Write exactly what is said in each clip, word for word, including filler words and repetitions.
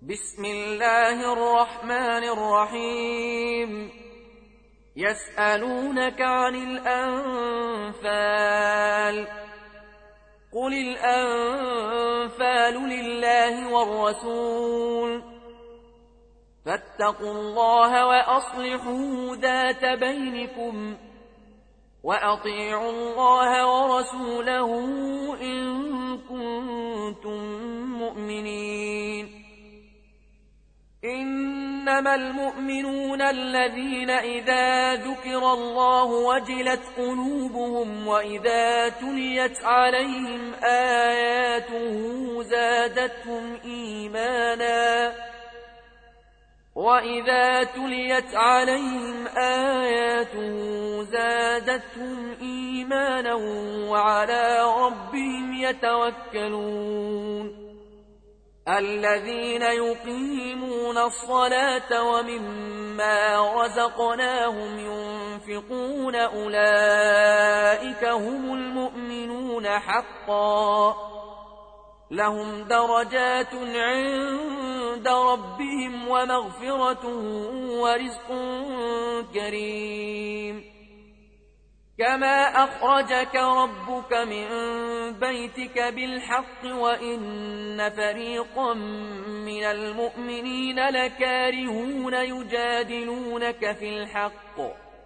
بسم الله الرحمن الرحيم يسألونك عن الأنفال قل الأنفال لله والرسول فاتقوا الله وأصلحوا ذات بينكم وأطيعوا الله ورسوله إن كنتم مؤمنين إنما المؤمنون الذين إذا ذكر الله وجلت قلوبهم وإذا تليت عليهم آياته زادتهم إيمانا وإذا تليت عليهم آياته زادتهم إيمانا وعلى ربهم يتوكلون الذين يقيمون الصلاة ومما رزقناهم ينفقون أولئك هم المؤمنون حقا لهم درجات عند ربهم ومغفرة ورزق كريم كما أخرجك ربك من بيتك بالحق وإن فريقا من المؤمنين لكارهون يجادلونك في الحق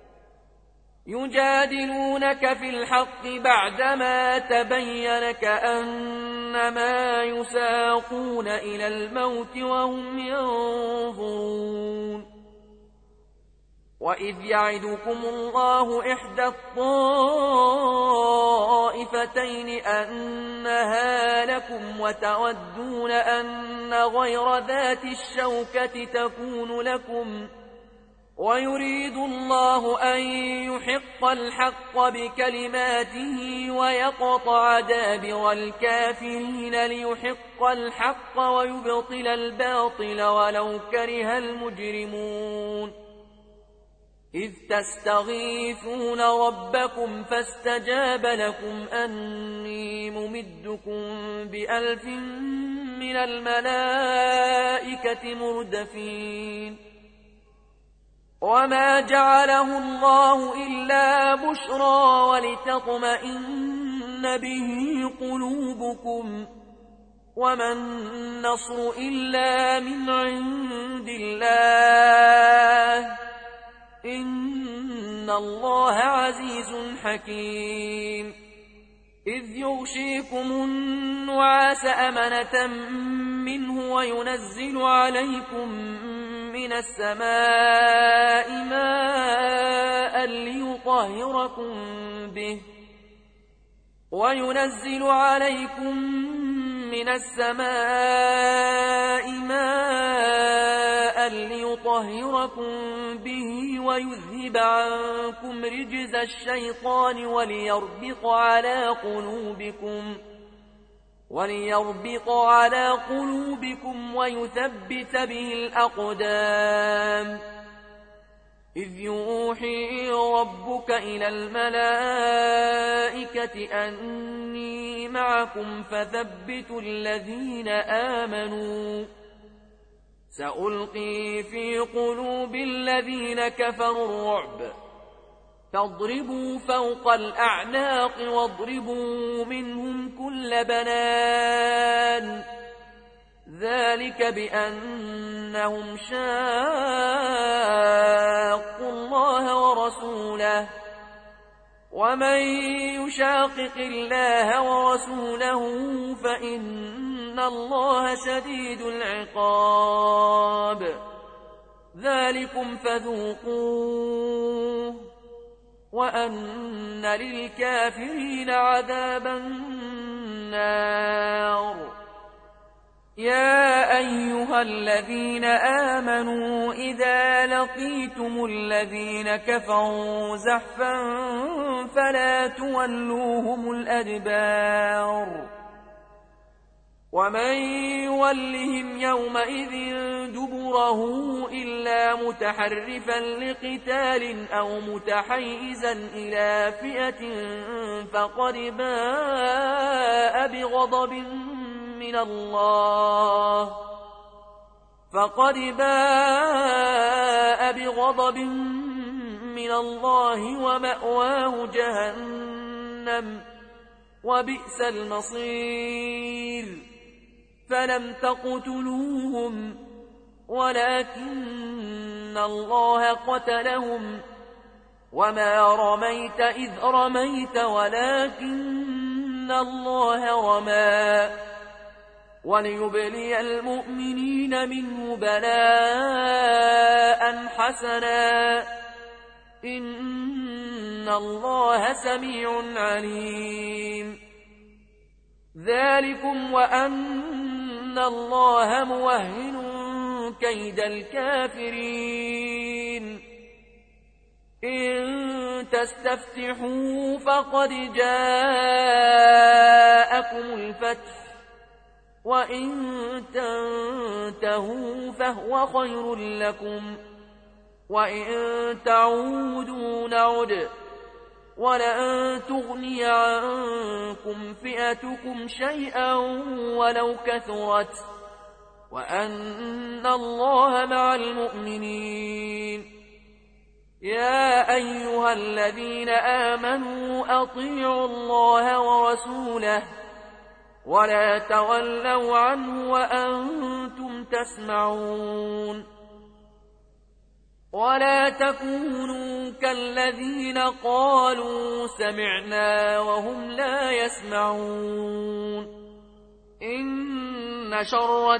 يجادلونك في الحق بعدما تبين كأنما يساقون إلى الموت وهم ينظرون وإذ يعدكم الله إحدى الطائفتين أنها لكم وتودون أن غير ذات الشوكة تكون لكم ويريد الله أن يحق الحق بكلماته ويقطع دابر الكافرين ليحق الحق ويبطل الباطل ولو كره المجرمون إذ تستغيثون ربكم فاستجاب لكم أني ممدكم بألف من الملائكة مردفين وما جعله الله إلا بشرى ولتطمئن به قلوبكم وما النصر إلا من عند الله إن الله عزيز حكيم إذ يغشيكم النعاس أمنة منه وينزل عليكم من السماء ماء ليطهركم به وينزل عليكم من السماء ماء ليطهركم به ويذهب عنكم رجز الشيطان وليربط على قلوبكم وليربط على قلوبكم ويثبت به الأقدام إذ يوحي ربك إلى الملائكة أني معكم فثبتوا الذين آمنوا سألقي في قلوب الذين كفروا الرعب فاضربوا فوق الأعناق واضربوا منهم كل بنان ذلك بأنهم شاقوا الله ورسوله ومن يشاقق الله ورسوله فإن الله شديد العقاب ذلكم فذوقوه وأن للكافرين عذاب النار يا أيها الذين آمنوا إذا لقيتم الذين كفروا زحفا فلا تولوهم الأدبار ومن يولهم يومئذ دبره إلا متحرفا لقتال أو متحيزا إلى فئة فقد باء بغضب من الله فقد باء بغضب من الله ومأواه جهنم وبئس المصير فلم تقتلوهم ولكن الله قتلهم وما رميت إذ رميت ولكن الله رمى وليبلي المؤمنين منه بلاء حسنا إن الله سميع عليم ذلكم وأن الله موهن كيد الكافرين إن تستفتحوا فقد جاءكم الفتح وإن تنتهوا فهو خير لكم وإن تعودوا نعد ولن تغني عنكم فئتكم شيئا ولو كثرت وأن الله مع المؤمنين يا أيها الذين آمنوا أطيعوا الله ورسوله ولا تولوا عنه وأنتم تسمعون ولا تكونوا كالذين قالوا سمعنا وهم لا يسمعون إن شر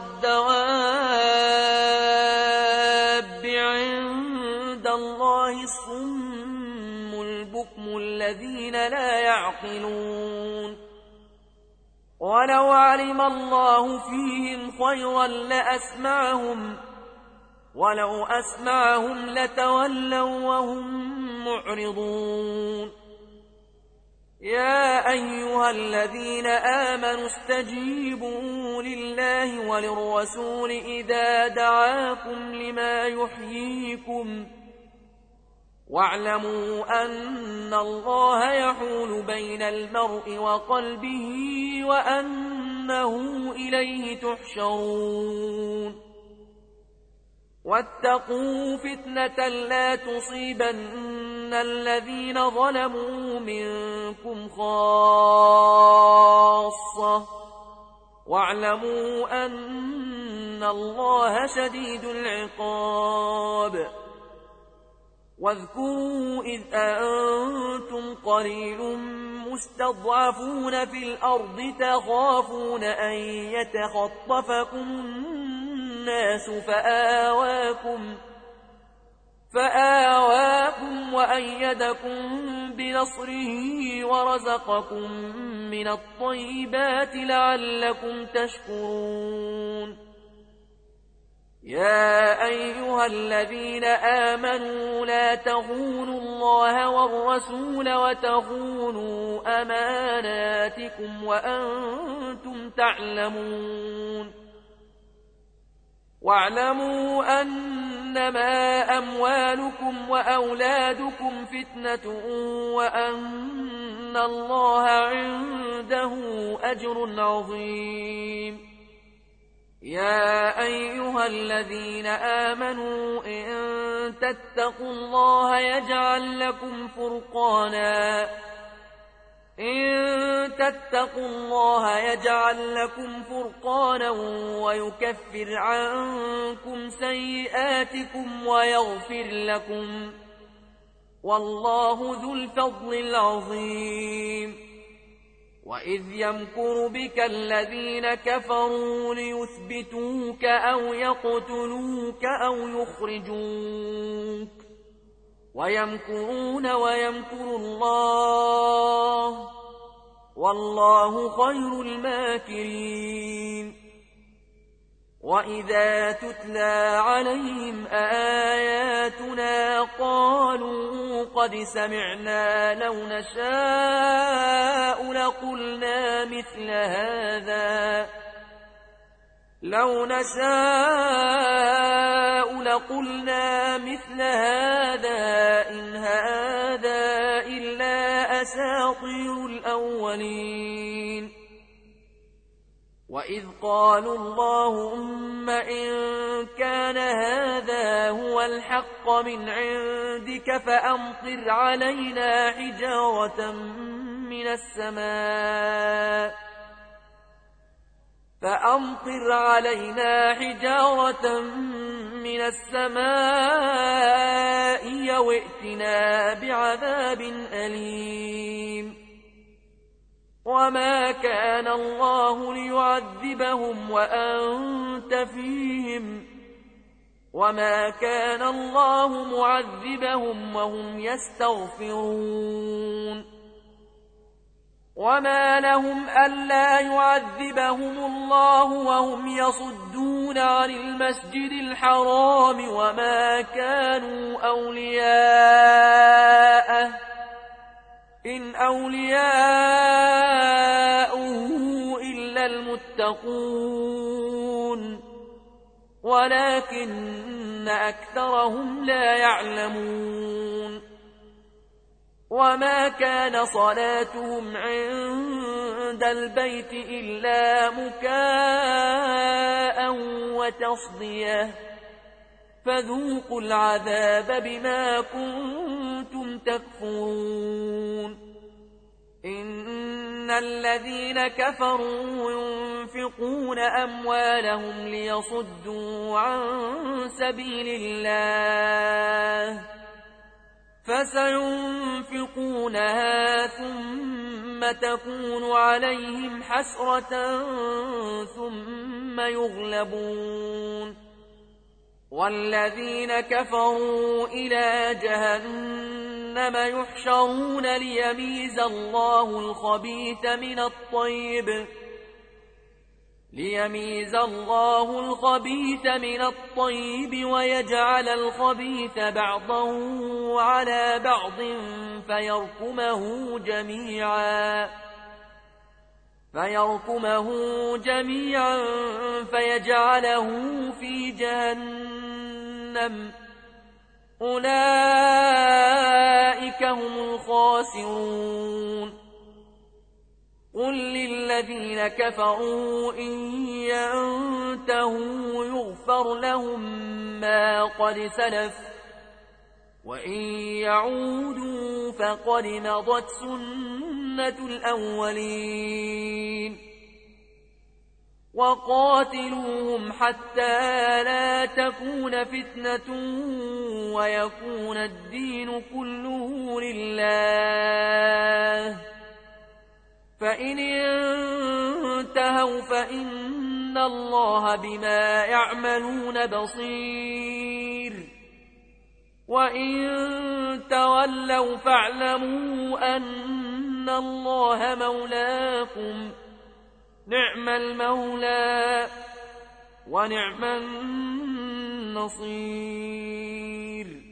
الدواب عند الله الصم البكم الذين لا يعقلون ولو علم الله فيهم خيرا لأسمعهم ولو أسمعهم لتولوا وهم معرضون يا أيها الذين آمنوا استجيبوا لله وللرسول إذا دعاكم لما يحييكم واعلموا أن الله يحول بين المرء وقلبه وأنه إليه تحشرون واتقوا فتنة لا تصيبن الذين ظلموا منكم خاصة واعلموا أن الله شديد العقاب واذكروا إذ أنتم قليل مستضعفون في الأرض تخافون أن يتخطفكم الناس فآواكم فآواكم وأيدكم بنصره ورزقكم من الطيبات لعلكم تشكرون يا أيها الذين آمنوا لا تخونوا الله والرسول وتخونوا أماناتكم وأنتم تعلمون واعلموا أنما أموالكم وأولادكم فتنة وأن الله عنده أجر عظيم يا أيها الذين آمنوا إن تتقوا الله يجعل لكم فرقانا إن تتقوا الله يجعل لكم فرقانا ويكفر عنكم سيئاتكم ويغفر لكم والله ذو الفضل العظيم وإذ يمكر بك الذين كفروا ليثبتوك أو يقتلوك أو يخرجوك ويمكرون ويمكر الله والله خير الماكرين وإذا تتلى عليهم آياتنا قالوا قد سمعنا لو نشاء لقلنا مثل هذا لو نشاء لقلنا مثل هذا إن هذا إلا أساطير الأولين وإذ قالوا اللهم إن كان هذا هو الحق من عندك فأمطر علينا حجارة من السماء فأمطر علينا حجارة من السماء أو ائتنا بعذاب أليم وما كان الله ليعذبهم وأنت فيهم وما كان الله معذبهم وهم يستغفرون وما لهم ألا يعذبهم الله وهم يصدون عن المسجد الحرام وما كانوا أولياءه إن أولياؤه إلا المتقون ولكن أكثرهم لا يعلمون وما كان صلاتهم عند البيت إلا مكاء وتصدية فذوقوا العذاب بما كنتم تكفرون إن الذين كفروا ينفقون أموالهم ليصدوا عن سبيل الله فسينفقونها ثم تكون عليهم حسرة ثم يغلبون والذين كفروا إلى جهنم يحشرون ليميز الله الخبيث من الطيب ليميز الله الخبيث من الطيب ويجعل الخبيث بعضه على بعض فيركمه جميعا فيركمه جميعا فيجعله في جهنم أولئك هم الخاسرون قل للذين كفروا إن ينتهوا يغفر لهم ما قد سلف وإن يعودوا فقد مضت سنة الأولين وقاتلوهم حتى لا تكون فتنة ويكون الدين كله لله فإن انتهوا فإن الله بما يعملون بصير وإن تولوا فاعلموا أن الله مولاكم نعم المولى ونعم النصير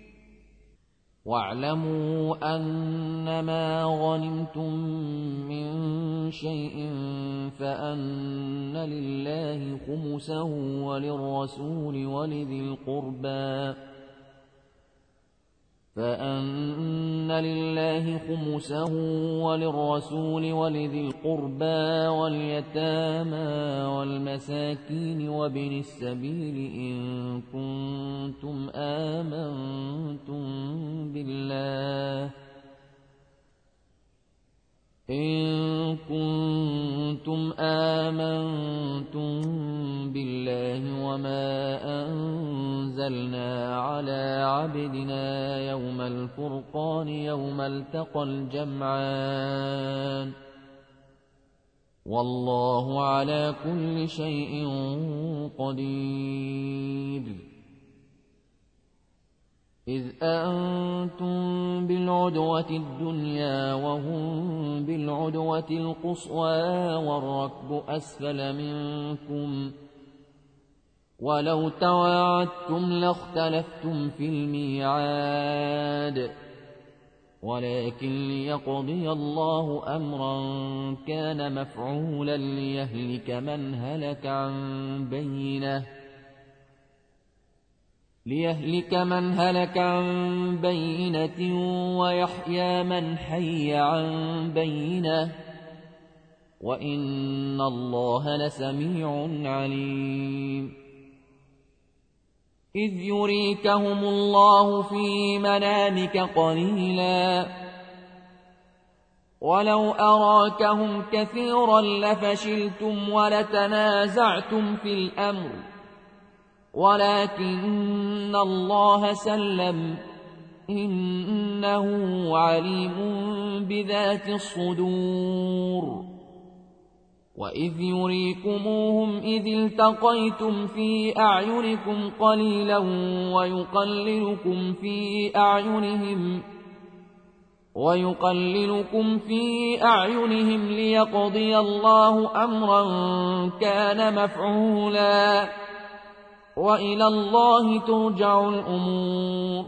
واعلموا أنما غنمتم من شيء فأن لله خمسه وللرسول ولذي القربى فأن لله خمسه وللرسول ولذي القربى واليتامى والمساكين وابن السبيل إن كنتم آمنتم بالله إن كنتم آمنتم بالله وما أنزلنا على عبدنا يوم الفرقان يوم التقى الجمعان والله على كل شيء قدير إذ أنتم بالعدوة الدنيا وهم بالعدوة القصوى والركب أسفل منكم ولو تواعدتم لاختلفتم في الميعاد ولكن ليقضي الله أمرا كان مفعولا ليهلك من هلك عن بينه ليهلك من هلك عن بينة ويحيى من حي عن بينة وإن الله لسميع عليم إذ يريكهم الله في منامك قليلا ولو أراكهم كثيرا لفشلتم ولتنازعتم في الأمر ولكن الله سلم إنه عليم بذات الصدور وإذ يريكموهم إذ التقيتم في أعينكم قليلا ويقللكم في أعينهم ويقللكم في أعينهم ليقضي الله أمرا كان مفعولا وإلى الله ترجع الأمور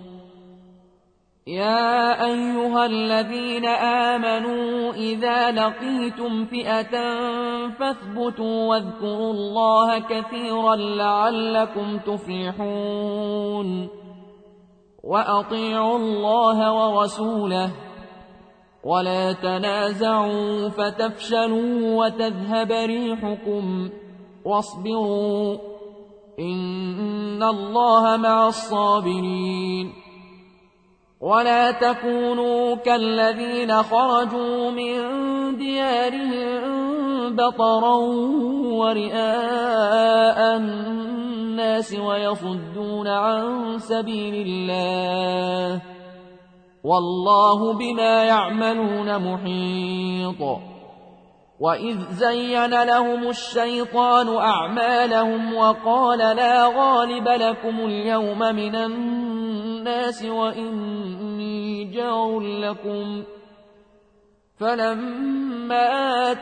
يا أيها الذين آمنوا إذا لقيتم فئة فاثبتوا واذكروا الله كثيرا لعلكم تفلحون وأطيعوا الله ورسوله ولا تنازعوا فتفشلوا وتذهب ريحكم واصبروا إن الله مع الصابرين ولا تكونوا كالذين خرجوا من ديارهم بطرا ورئاء الناس ويصدون عن سبيل الله والله بما يعملون محيط وإذ زين لهم الشيطان أعمالهم وقال لا غالب لكم اليوم من الناس وإني جار لكم فلما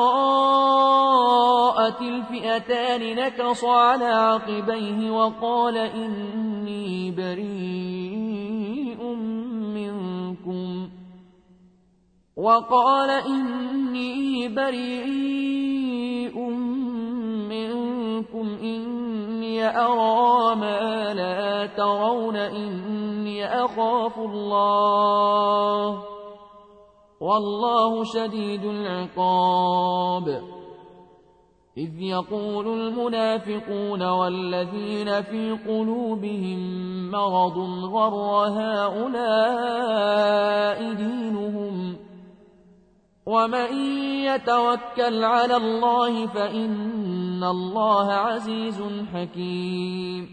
تراءت الفئتان نكص على عقبيه وقال إني بريء منكم وقال إني بريء منكم إني أرى ما لا ترون إني أخاف الله والله شديد العقاب إذ يقول المنافقون والذين في قلوبهم مرض غر هؤلاء دينهم ومن يتوكل على الله فإن الله عزيز حكيم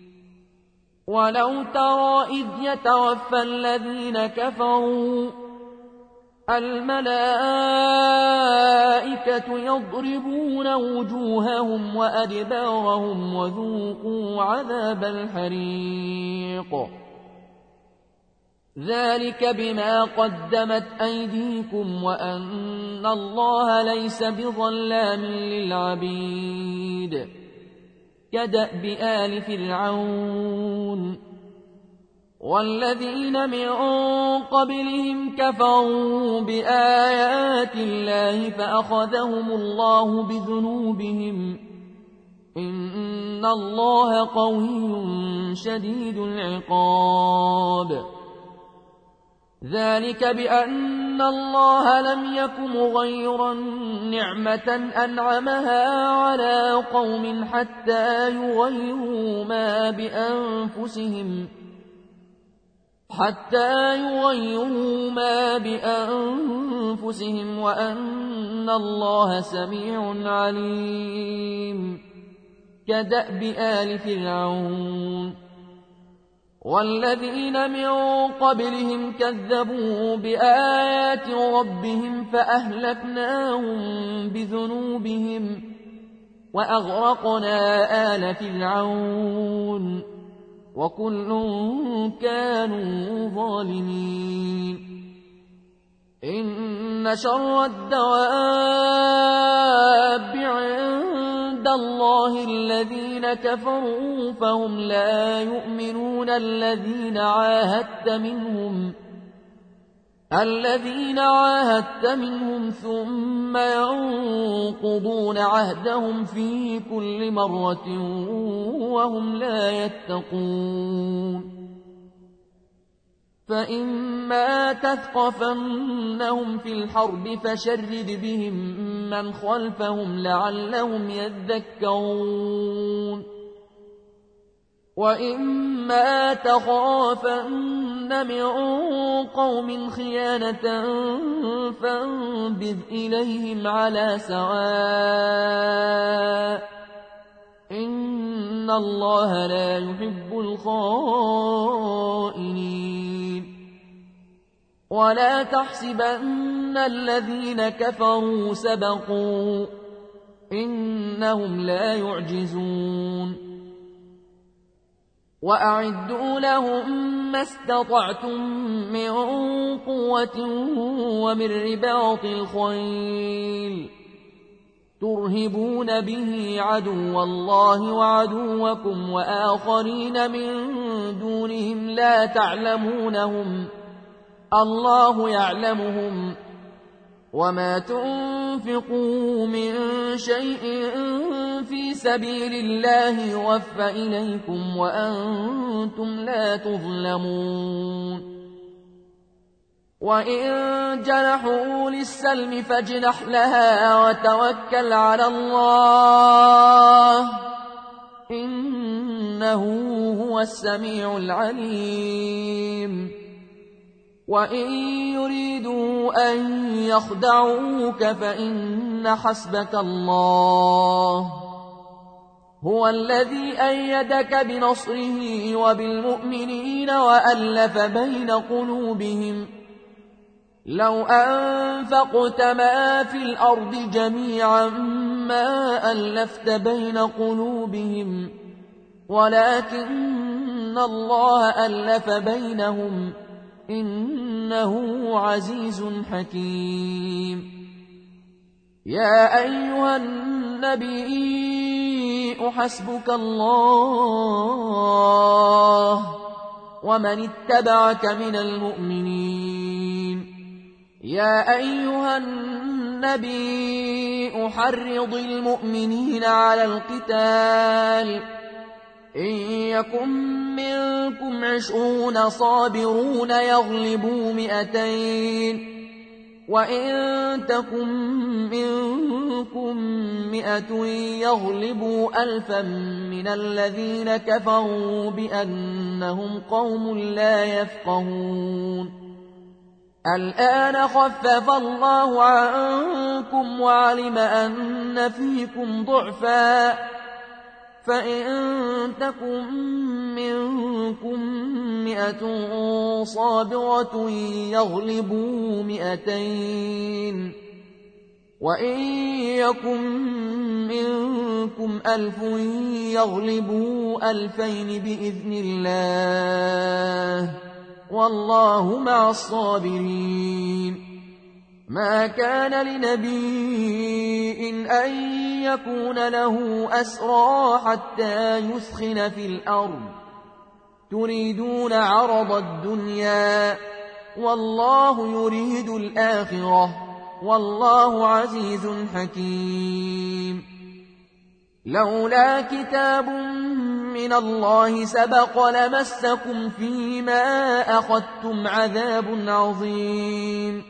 ولو ترى إذ يتوفى الذين كفروا الملائكة يضربون وجوههم وأدبارهم وذوقوا عذاب الحريق ذلك بما قدمت أيديكم وأن الله ليس بظلام للعبيد كدأب آل فرعون والذين من قبلهم كفروا بآيات الله فأخذهم الله بذنوبهم إن الله قوي شديد العقاب ذلك بأن الله لم يك مغيرا نعمة أنعمها على قوم حتى يغيروا ما بأنفسهم حتى يغيروا ما بأنفسهم وأن الله سميع عليم كدأب آل فرعون والذين من قبلهم كذبوا بآيات ربهم فأهلكناهم بذنوبهم وأغرقنا آل فرعون وكل كانوا ظالمين إن شر الدواب عند الله الذين كفروا فهم لا يؤمنون الذين عاهدت منهم الذين عاهدت منهم ثم ينقضون عهدهم في كل مرة وهم لا يتقون فإما تثقفنهم في الحرب فشرد بهم من خلفهم لعلهم يذكرون وإما تخافن من قوم خيانة فانبذ إليهم على سواء إن الله لا يحب الخائنين ولا تحسبن الذين كفروا سبقوا إنهم لا يعجزون وأعدوا لهم ما استطعتم من قوة ومن رباط الخيل ترهبون به عدو الله وعدوكم وآخرين من دونهم لا تعلمونهم الله يعلمهم وما تنفقوا من شيء في سبيل الله يوفى إليكم وأنتم لا تظلمون وإن جنحوا للسلم فاجنح لها وتوكل على الله إنه هو السميع العليم وإن يريدوا أن يخدعوك فإن حسبك الله هو الذي أيدك بنصره وبالمؤمنين وألف بين قلوبهم لو أنفقت ما في الأرض جميعا ما ألفت بين قلوبهم ولكن الله ألف بينهم إنه عزيز حكيم يا أيها النبي حسبك الله ومن اتبعك من المؤمنين يا أيها النبي حرض المؤمنين على القتال إن يكن منكم عشرون صابرون يغلبوا مئتين وإن تكن منكم مئة يغلبوا ألفا من الذين كفروا بأنهم قوم لا يفقهون الآن خفف الله عنكم وعلم أن فيكم ضعفا فإن تكن منكم مئة صابرة يغلبوا مئتين وإن يكن منكم ألف يغلبوا ألفين بإذن الله والله مع الصابرين ما كان لنبي أن يكون له أسرى حتى يثخن في الأرض تريدون عرض الدنيا والله يريد الآخرة والله عزيز حكيم لولا كتاب من الله سبق لمسكم فيما أخذتم عذاب عظيم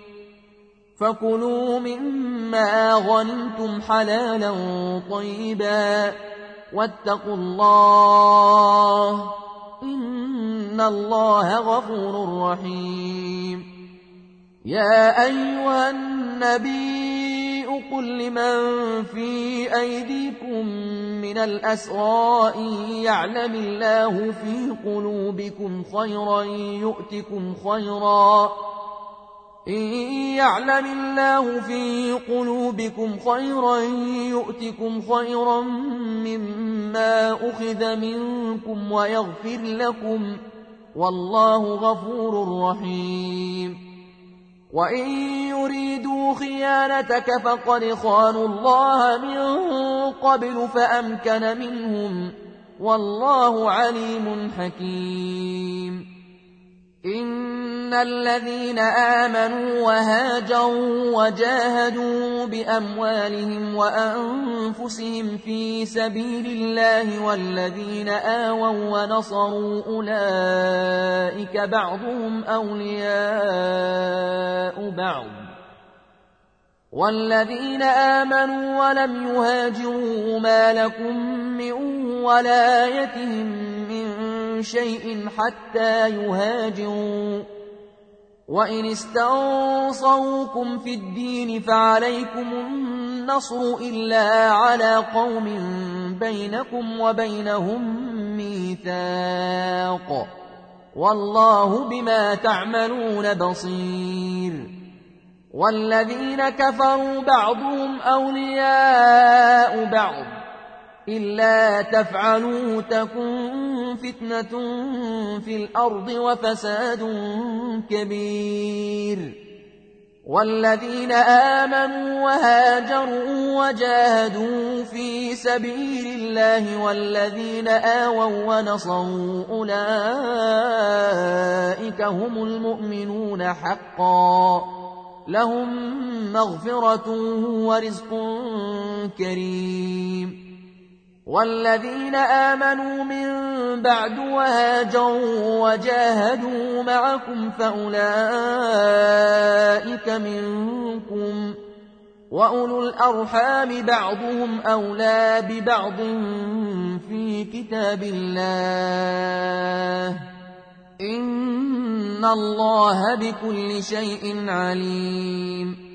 فكلوا مما غنمتم حلالا طيبا واتقوا الله إن الله غفور رحيم يا أيها النبي قل لمن في أيديكم من الأسرى يعلم الله في قلوبكم خيرا يؤتكم خيرا إن يعلم الله في قلوبكم خيرا يؤتكم خيرا مما أخذ منكم ويغفر لكم والله غفور رحيم وإن يريدوا خيانتك فقد خانوا الله من قبل فأمكن منهم والله عليم حكيم إن الذين آمنوا وهاجروا وجاهدوا بأموالهم وأنفسهم في سبيل الله والذين آووا ونصروا أولئك بعضهم أولياء بعض والذين آمنوا ولم يهاجروا ما لكم من ولايتهم من شيء حتى يهاجروا وإن استنصروكم في الدين فعليكم النصر إلا على قوم بينكم وبينهم ميثاق والله بما تعملون بصير والذين كفروا بعضهم أولياء بعض إلا تفعلوا تكن فتنة في الأرض وفساد كبير والذين آمنوا وهاجروا وجاهدوا في سبيل الله والذين آووا ونصروا أولئك هم المؤمنون حقا لهم مغفرة ورزق كريم والذين آمنوا من بعد وهاجروا وجاهدوا معكم فأولئك منكم وأولو الأرحام بعضهم أولى ببعض في كتاب الله إن الله بكل شيء عليم